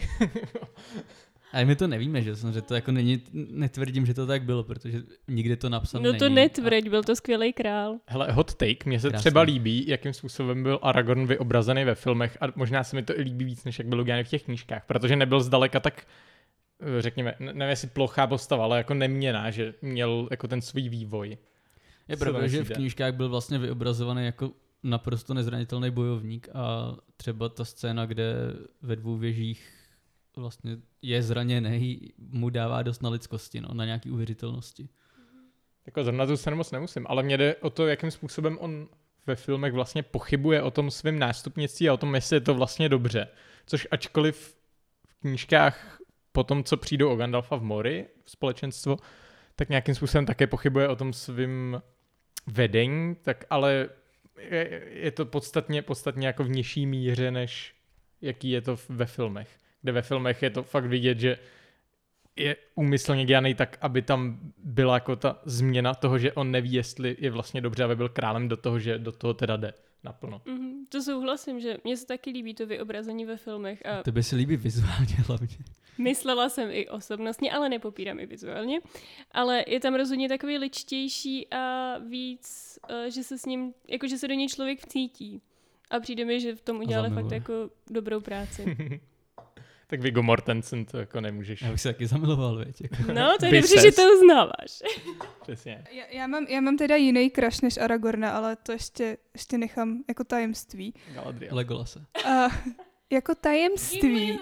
A my to nevíme, že to jako netvrdím, že to tak bylo, protože nikde to napsané není. No to netvrď, byl to skvělý král. Hele, hot take, mně se třeba líbí, jakým způsobem byl Aragorn vyobrazený ve filmech a možná se mi to i líbí víc, než jak byl udělaný v těch knížkách, protože nebyl zdaleka tak řekněme, nevím jestli plochá postava, ale jako neměnná, že měl jako ten svůj vývoj. Je pravda, že v knížkách byl vlastně vyobrazovaný jako naprosto nezranitelný bojovník a třeba ta scéna, kde ve 2 věžích vlastně je zraněný, mu dává dost na lidskosti, no, na nějaký uvěřitelnosti. Jako zrovna tu scénu moc nemusím, ale mě jde o to, jakým způsobem on ve filmech vlastně pochybuje o tom svém nástupnictví a o tom, jestli je to vlastně dobře. Což ačkoliv v knížkách po tom, co přijdou o Gandalfa v Mori, v společenstvo, tak nějakým způsobem také pochybuje o tom svým vedení, tak ale je to podstatně jako v nižší míře, než jaký je to ve filmech. Kde ve filmech je to fakt vidět, že je úmyslně dělaný tak, aby tam byla jako ta změna toho, že on neví, jestli je vlastně dobře, aby byl králem, do toho, že do toho teda jde naplno. To souhlasím, že mně se taky líbí to vyobrazení ve filmech. A tebe se líbí vizuálně hlavně. Myslela jsem i osobnostně, ale nepopírám i vizuálně. Ale je tam rozhodně takový ličtější a víc, že se s ním, jako že se do něj člověk vcítí. A přijde mi, že v tom udělali fakt jako dobrou práci. Tak Viggo Mortensen to jako nemůžeš. Já bych se taky zamiloval, věď. Jako. No, to je dobře, že to uznáváš. Přesně. Já mám teda jiný crush než Aragorna, ale to ještě nechám jako tajemství. Galadriel. Legolase. Jako tajemství.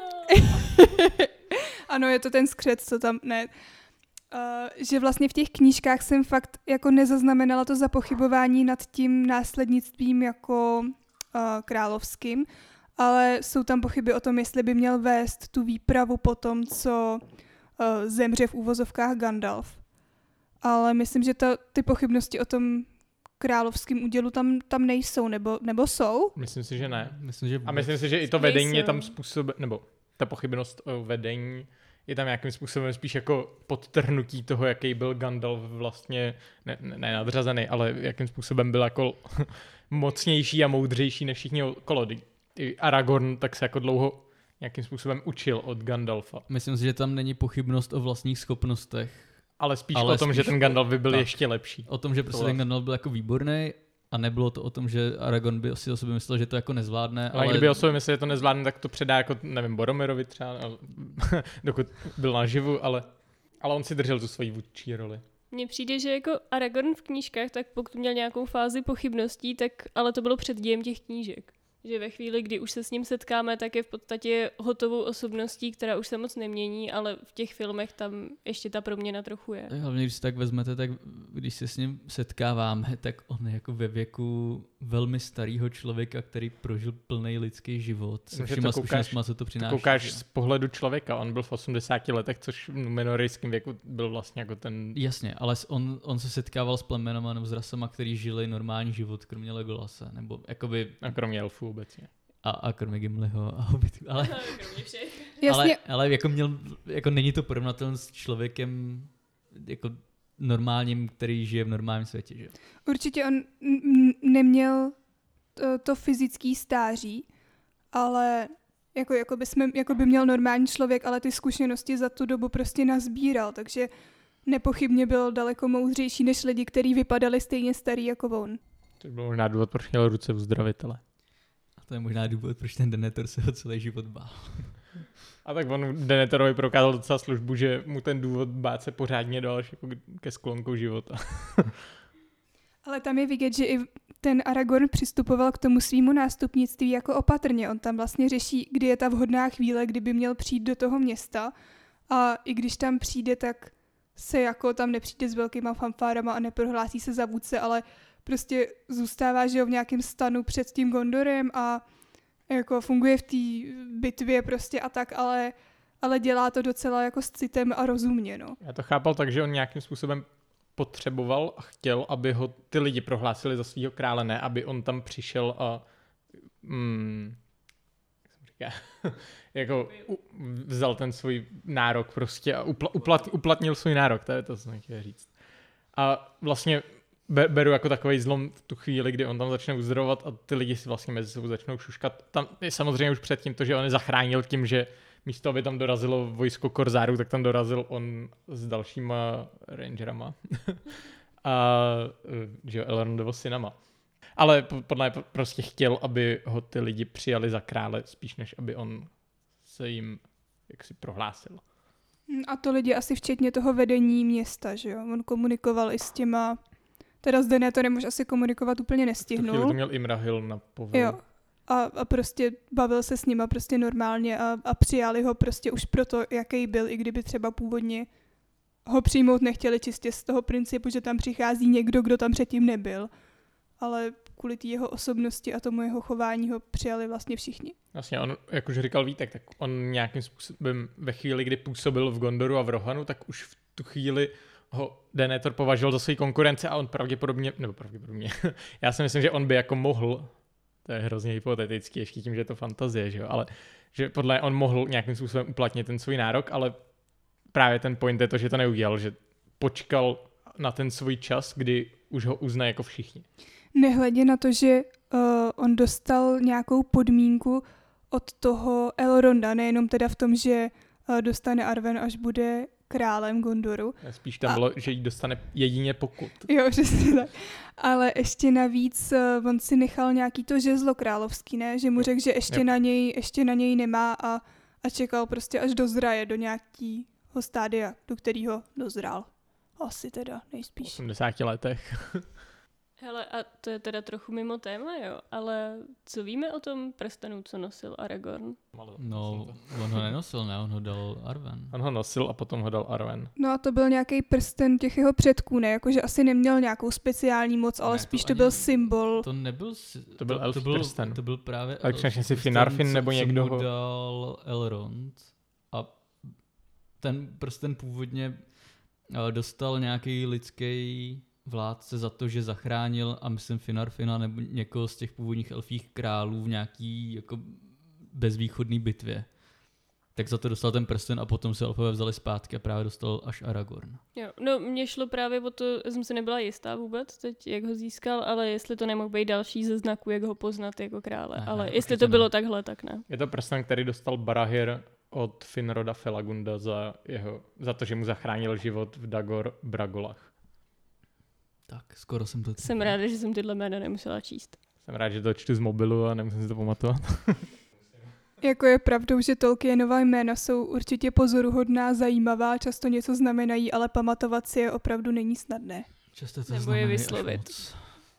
Ano, je to ten skřet, co tam, ne. Že vlastně v těch knížkách jsem fakt jako nezaznamenala to zapochybování nad tím následnictvím jako královským, ale jsou tam pochyby o tom, jestli by měl vést tu výpravu po tom, co zemře v úvozovkách Gandalf. Ale myslím, že ty pochybnosti o tom královským údělu tam nejsou, nebo jsou? Myslím si, že ne. Myslím si, že i to vedení je tam způsob, nebo ta pochybnost o vedení je tam nějakým způsobem spíš jako podtrhnutí toho, jaký byl Gandalf vlastně, ne nadřazený, ale jakým způsobem byl jako mocnější a moudřejší než všichni okolo. I Aragorn tak se jako dlouho nějakým způsobem učil od Gandalfa. Myslím si, že tam není pochybnost o vlastních schopnostech. Ale spíš o tom, že ten Gandalf by byl ještě lepší. O tom, že prostě ten Gandalf byl jako výborný a nebylo to o tom, že Aragorn by si o sobě myslel, že to jako nezvládne. Ale kdyby o sobě myslel, že to nezvládne, tak to předá jako, nevím, Boromirovi třeba, dokud byl naživu, ale on si držel tu svoji vůdčí roli. Mně přijde, že jako Aragorn v knížkách, tak pokud měl nějakou fázi pochybností, tak ale to bylo před dějem těch knížek. Že ve chvíli, kdy už se s ním setkáme, tak je v podstatě hotovou osobností, která už se moc nemění, ale v těch filmech tam ještě ta proměna trochu je. Hlavně, když si tak vezmete, tak když se s ním setkáváme, tak on je jako ve věku velmi starého člověka, který prožil plný lidský život. Se všema zkušenostma, co to přináší. Koukáš z pohledu člověka, on byl v 80 letech, což v numenorejském věku byl vlastně jako ten... Jasně, ale on se setkával s plemenama nebo s rasama, který žili normální život, kromě Legolase, nebo jakoby... A kromě elfů obecně. A kromě Gimliho a Hobbitů, ale... kromě všech. Ale jako není to porovnatelné s člověkem jako normálním, který žije v normálním světě, že? Určitě on neměl to fyzické stáří, ale jako by měl normální člověk, ale ty zkušenosti za tu dobu prostě nazbíral, takže nepochybně byl daleko moudřejší než lidi, kteří vypadali stejně starý jako on. To byl možná důvod, proč měl ruce uzdravitele. A to je možná důvod, proč ten Denethor se ho celý život bál. A tak on Denethorovi prokázal docela službu, že mu ten důvod bát se pořádně dal až jako ke sklonku života. Ale tam je vidět, že i ten Aragorn přistupoval k tomu svýmu nástupnictví jako opatrně. On tam vlastně řeší, kdy je ta vhodná chvíle, kdyby měl přijít do toho města. A i když tam přijde, tak se jako tam nepřijde s velkýma fanfárama a neprohlásí se za vůdce, ale prostě zůstává, že jo, v nějakém stanu před tím Gondorem a jako funguje v té bitvě prostě a tak, ale dělá to docela jako s citem a rozumně, no. Já to chápal tak, že on nějakým způsobem potřeboval a chtěl, aby ho ty lidi prohlásili za svýho krále, ne aby on tam přišel a jak jsem říká, jako vzal ten svůj nárok prostě a uplatnil svůj nárok, to je to, co jsem chtěl říct. A vlastně beru jako takovej zlom v tu chvíli, kdy on tam začne uzdravovat a ty lidi si vlastně mezi sebou začnou šuškat. Tam je samozřejmě už předtím to, že on je zachránil tím, že místo, aby tam dorazilo vojsko korzárů, tak tam dorazil on s dalšíma rangerama a že jo, Elrondovo synama. Ale podle mě prostě chtěl, aby ho ty lidi přijali za krále, spíš než aby on se jim jaksi prohlásil. A to lidi asi včetně toho vedení města, že jo? On komunikoval i s těma, teda s Denethorem už asi komunikovat úplně V tu chvíli nestihnul. to měl Imrahil na povelu. Jo. A prostě bavil se s nima prostě normálně a přijali ho prostě už proto, jaký byl, i kdyby třeba původně ho přijmout nechtěli čistě z toho principu, že tam přichází někdo, kdo tam předtím nebyl. Ale kvůli té jeho osobnosti a tomu jeho chování ho přijali vlastně všichni. Vlastně on, jak už říkal Vítek, tak on nějakým způsobem ve chvíli, kdy působil v Gondoru a v Rohanu, tak už v tu chvíli ho Denethor považoval za svou konkurence a on pravděpodobně, já si myslím, že on by jako mohl, to je hrozně hypotetický, ještě tím, že je to fantazie, že jo, ale že podle on mohl nějakým způsobem uplatnit ten svůj nárok, ale právě ten point je to, že to neudělal, že počkal na ten svůj čas, kdy už ho uznají jako všichni. Nehledě na to, že on dostal nějakou podmínku od toho Elronda, nejenom teda v tom, že dostane Arwen, až bude králem Gondoru. Spíš tam bylo, že jí dostane jedině pokud. Jo, přesně tak. Ale ještě navíc on si nechal nějaký to žezlo královský, ne? Že mu řekl, že ještě na něj nemá a čekal prostě až dozraje do nějakého stádia, do kterého dozrál. Asi teda nejspíš. V 80 letech. Hele, a to je teda trochu mimo téma, jo, ale co víme o tom prstenu, co nosil Aragorn? No, on ho nenosil, ne? On ho dal Arwen. On ho nosil a potom ho dal Arwen. No a to byl nějaký prsten těch jeho předků, ne? Jakože asi neměl nějakou speciální moc, ale Ne, spíš to to ani- byl symbol. To nebyl... To byl elfí prsten. To byl právě Ale elfí přesně si prsten, Finarfin nebo někdo co mu ho- dal Elrond. A ten prsten původně dostal nějaký lidský vládce za to, že zachránil, a myslím Finarfina nebo někoho z těch původních elfích králů v nějaký jako bezvýchodný bitvě. Tak za to dostal ten prsten a potom se elfové vzali zpátky a právě dostal až Aragorn. Jo, no mně šlo právě o to, jsem si nebyla jistá vůbec teď, jak ho získal, ale jestli to nemohl být další ze znaků, jak ho poznat jako krále. Ne, Ale ne, jestli určitě to bylo ne. takhle, tak ne. Je to prsten, který dostal Barahir od Finroda Felagunda za to, že mu zachránil život v Dagor Bragolach. Tak, skoro jsem to... Jsem ráda, že jsem tyhle jména nemusela číst. Jsem rád, že to čtu z mobilu a nemusím si to pamatovat. Jako je pravdou, že Tolkienova jména jsou určitě pozoruhodná, zajímavá, často něco znamenají, ale pamatovat si je opravdu není snadné. Často to Nebo je znamená až vyslovit. moc.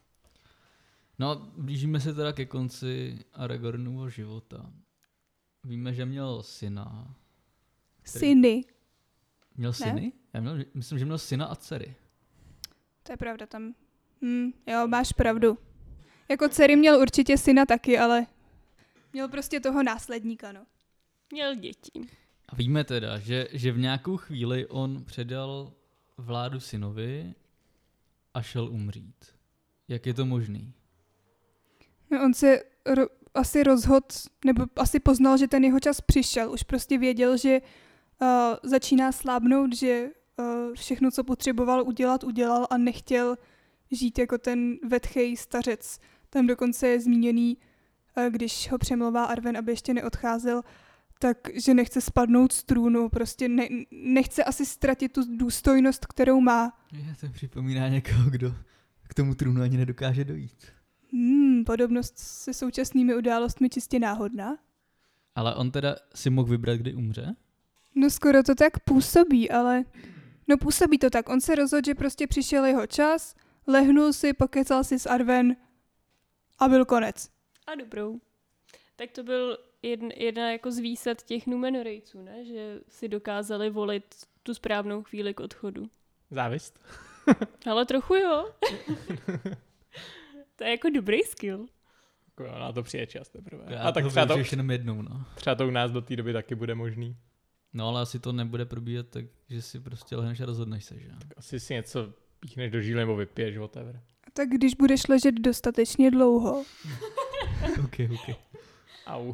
No, blížíme se teda ke konci Aragornova života. Víme, že měl syna. Syny. Měl syny? Myslím, že měl syna a dcery. To je pravda tam. Jo, máš pravdu. Jako dcery měl určitě syna taky, ale měl prostě toho následníka, no. Měl děti. A víme teda, že v nějakou chvíli on předal vládu synovi a šel umřít. Jak je to možný? No, on se asi rozhodl, nebo asi poznal, že ten jeho čas přišel. Už prostě věděl, že začíná slábnout, že všechno, co potřeboval udělal a nechtěl žít jako ten vetchej stařec. Tam dokonce je zmíněný, když ho přemlouvá Arwen, aby ještě neodcházel, takže nechce spadnout z trůnu, prostě nechce asi ztratit tu důstojnost, kterou má. To připomíná někoho, kdo k tomu trůnu ani nedokáže dojít. Podobnost se současnými událostmi čistě náhodná. Ale on teda si mohl vybrat, kdy umře? No skoro to tak působí, ale... No působí to tak. On se rozhodl, že prostě přišel jeho čas, lehnul si, pokecal si s Arwen a byl konec. A dobrou. Tak to byl jedna jako z výsad těch Númenorejců, ne? Že si dokázali volit tu správnou chvíli k odchodu. Závist? Ale trochu jo. To je jako dobrý skill. Na to přijde čas teprve. Já A tak toho využiješ jenom jednou, no. třeba to u nás do té doby taky bude možný. No ale asi to nebude probíhat tak, že si prostě lehneš a rozhodneš se, že? Tak asi si něco píchneš do žíly nebo vypiješ, whatever. Tak když budeš ležet dostatečně dlouho. Ok. Au.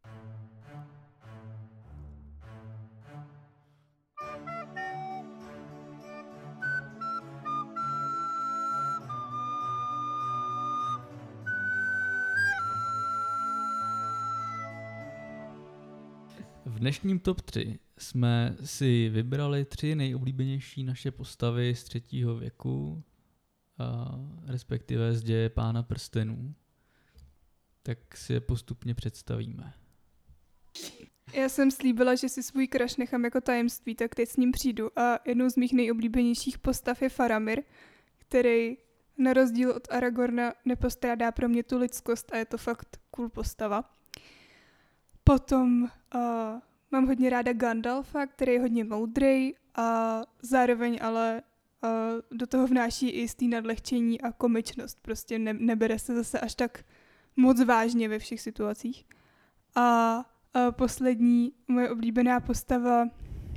V dnešním top 3 jsme si vybrali 3 nejoblíbenější naše postavy z 3. věku, respektive z děje Pána prstenů. Tak si je postupně představíme. Já jsem slíbila, že si svůj crush nechám jako tajemství, tak teď s ním přijdu. A jednou z mých nejoblíbenějších postav je Faramir, který na rozdíl od Aragorna nepostrádá pro mě tu lidskost a je to fakt cool postava. Potom mám hodně ráda Gandalfa, který je hodně moudrej a zároveň ale do toho vnáší i jistý nadlehčení a komičnost. Prostě nebere se zase až tak moc vážně ve všech situacích. A poslední moje oblíbená postava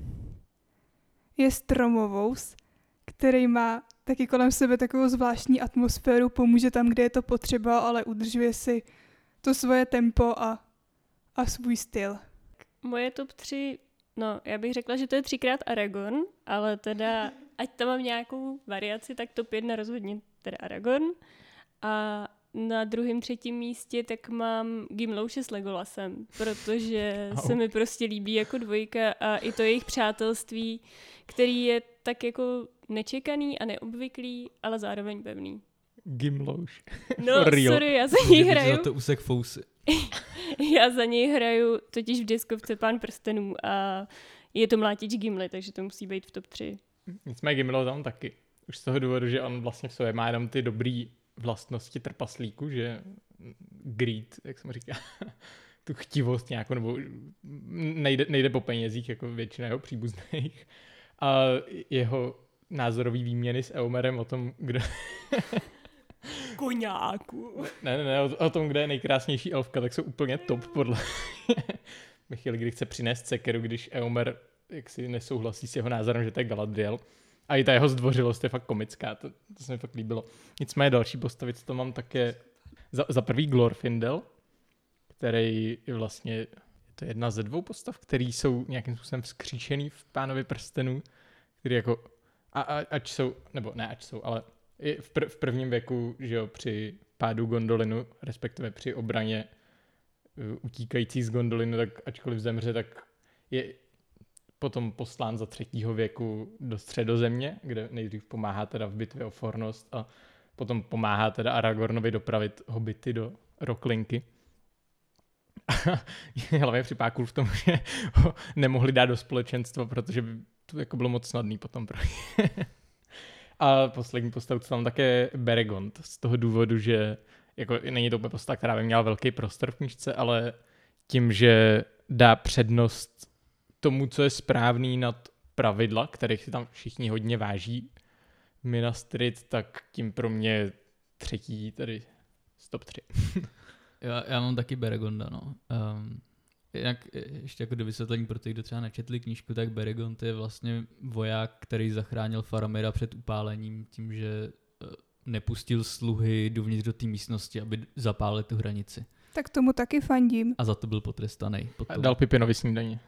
je Stromovous, který má taky kolem sebe takovou zvláštní atmosféru, pomůže tam, kde je to potřeba, ale udržuje si to svoje tempo a svůj styl. Moje top 3, no já bych řekla, že to je 3x Aragorn, ale teda ať tam mám nějakou variaci, tak top 1 rozhodně teda Aragorn. A na druhém, třetím místě tak mám Gimlouše s Legolasem, protože se mi prostě líbí jako dvojka a i to jejich přátelství, který je tak jako nečekaný a neobvyklý, ale zároveň pevný. Gimlouš. No, sorry, já za něj hraju. Za to úsek fousy. Já za něj hraju totiž v deskovce Pán prstenů a je to mlátič Gimli, takže to musí být v top 3. Nicméně Gimli tam taky. Už z toho důvodu, že on vlastně v sobě má jenom ty dobrý vlastnosti trpaslíku, že greed, jak jsem říká, tu chtivost nějakou, nebo nejde po penězích, jako většina jeho příbuzných. A jeho názorový výměny s Eomerem o tom, kdo... Koňáku. Ne, o tom, kde je nejkrásnější elfka, tak jsou úplně top podle... Ve chvíli, kdy chce přinést sekeru, když Eomer jaksi nesouhlasí s jeho názorem, že to je Galadriel. A i ta jeho zdvořilost je fakt komická, to se mi fakt líbilo. Nicméně další postavy, co to mám, tak je za prvý Glorfindel, který je vlastně, to je jedna ze dvou postav, který jsou nějakým způsobem vzkříšený v Pánovi prstenů, který jako, ať jsou, ale i v prvním věku, že jo, při pádu Gondolinu, respektive při obraně utíkající z Gondolinu, tak ačkoliv zemře, tak je potom poslán za 3. věku do Středozemě, kde nejdřív pomáhá teda v bitvě o Fornost a potom pomáhá teda Aragornovi dopravit hobity do Rocklinky. Hlavně připadá v tom, že ho nemohli dát do společenstva, protože by to jako bylo moc snadný potom pro A poslední postavu, co tam také Beregond, z toho důvodu, že jako není to úplně postava, která by měla velký prostor v knížce, ale tím, že dá přednost tomu, co je správný nad pravidla, kterých si tam všichni hodně váží Minas Tirith, tak tím pro mě třetí, tedy top 3. Já mám taky Beregonda, no. Jak ještě jako do vysvětlení pro ty, kdo třeba nečetli knížku, tak Beregond je vlastně voják, který zachránil Faramira před upálením tím, že nepustil sluhy dovnitř do té místnosti, aby zapálili tu hranici. Tak tomu taky fandím. A za to byl potrestaný. A dal Pipinovi snídaně.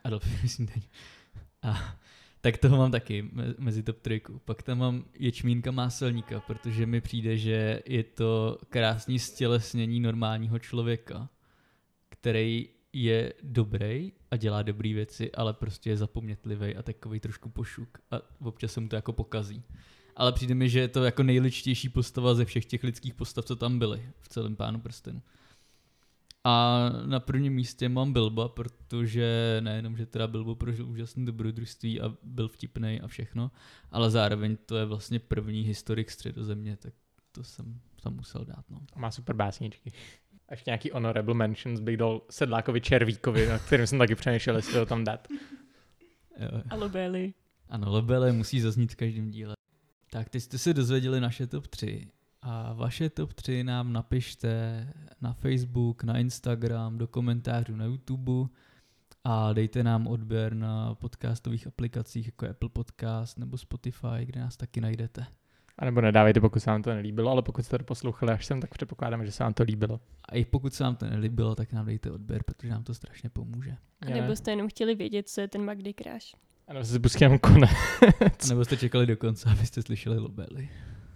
Tak toho mám taky mezi top 3. Pak tam mám Ječmínka Máselníka, protože mi přijde, že je to krásný stělesnění normálního člověka, který je dobrý a dělá dobré věci, ale prostě je zapomnětlivý a takový trošku pošuk a občas se mu to jako pokazí. Ale přijde mi, že je to jako nejličtější postava ze všech těch lidských postav, co tam byly v celém Pánu prstenů. A na prvním místě mám Bilba, protože nejenom, že teda Bilbo prožil úžasné dobrodružství a byl vtipnej a všechno, ale zároveň to je vlastně první historik Středozemě, tak to jsem tam musel dát. No. Má super básničky. A ještě nějaký honorable mentions bych dal Sedlákovi Červíkovi, na kterým jsem taky přemýšlel, jestli ho tam dát. A Lobély. Ano, Lobély musí zaznít v každém díle. Tak teď jste se dozvěděli naše top 3. A vaše top 3 nám napište na Facebook, na Instagram, do komentářů na YouTube a dejte nám odběr na podcastových aplikacích jako Apple Podcast nebo Spotify, kde nás taky najdete. A nebo nedávejte, pokud se vám to nelíbilo, ale pokud jste to poslouchali až sem, tak předpokládáme, že se vám to líbilo. A i pokud se vám to nelíbilo, tak nám dejte odběr, protože nám to strašně pomůže. A nebo jste jenom chtěli vědět, co je ten Magdy Crash. A nebo se pustíme konec. A nebo jste čekali do konce, abyste slyšeli Lobély.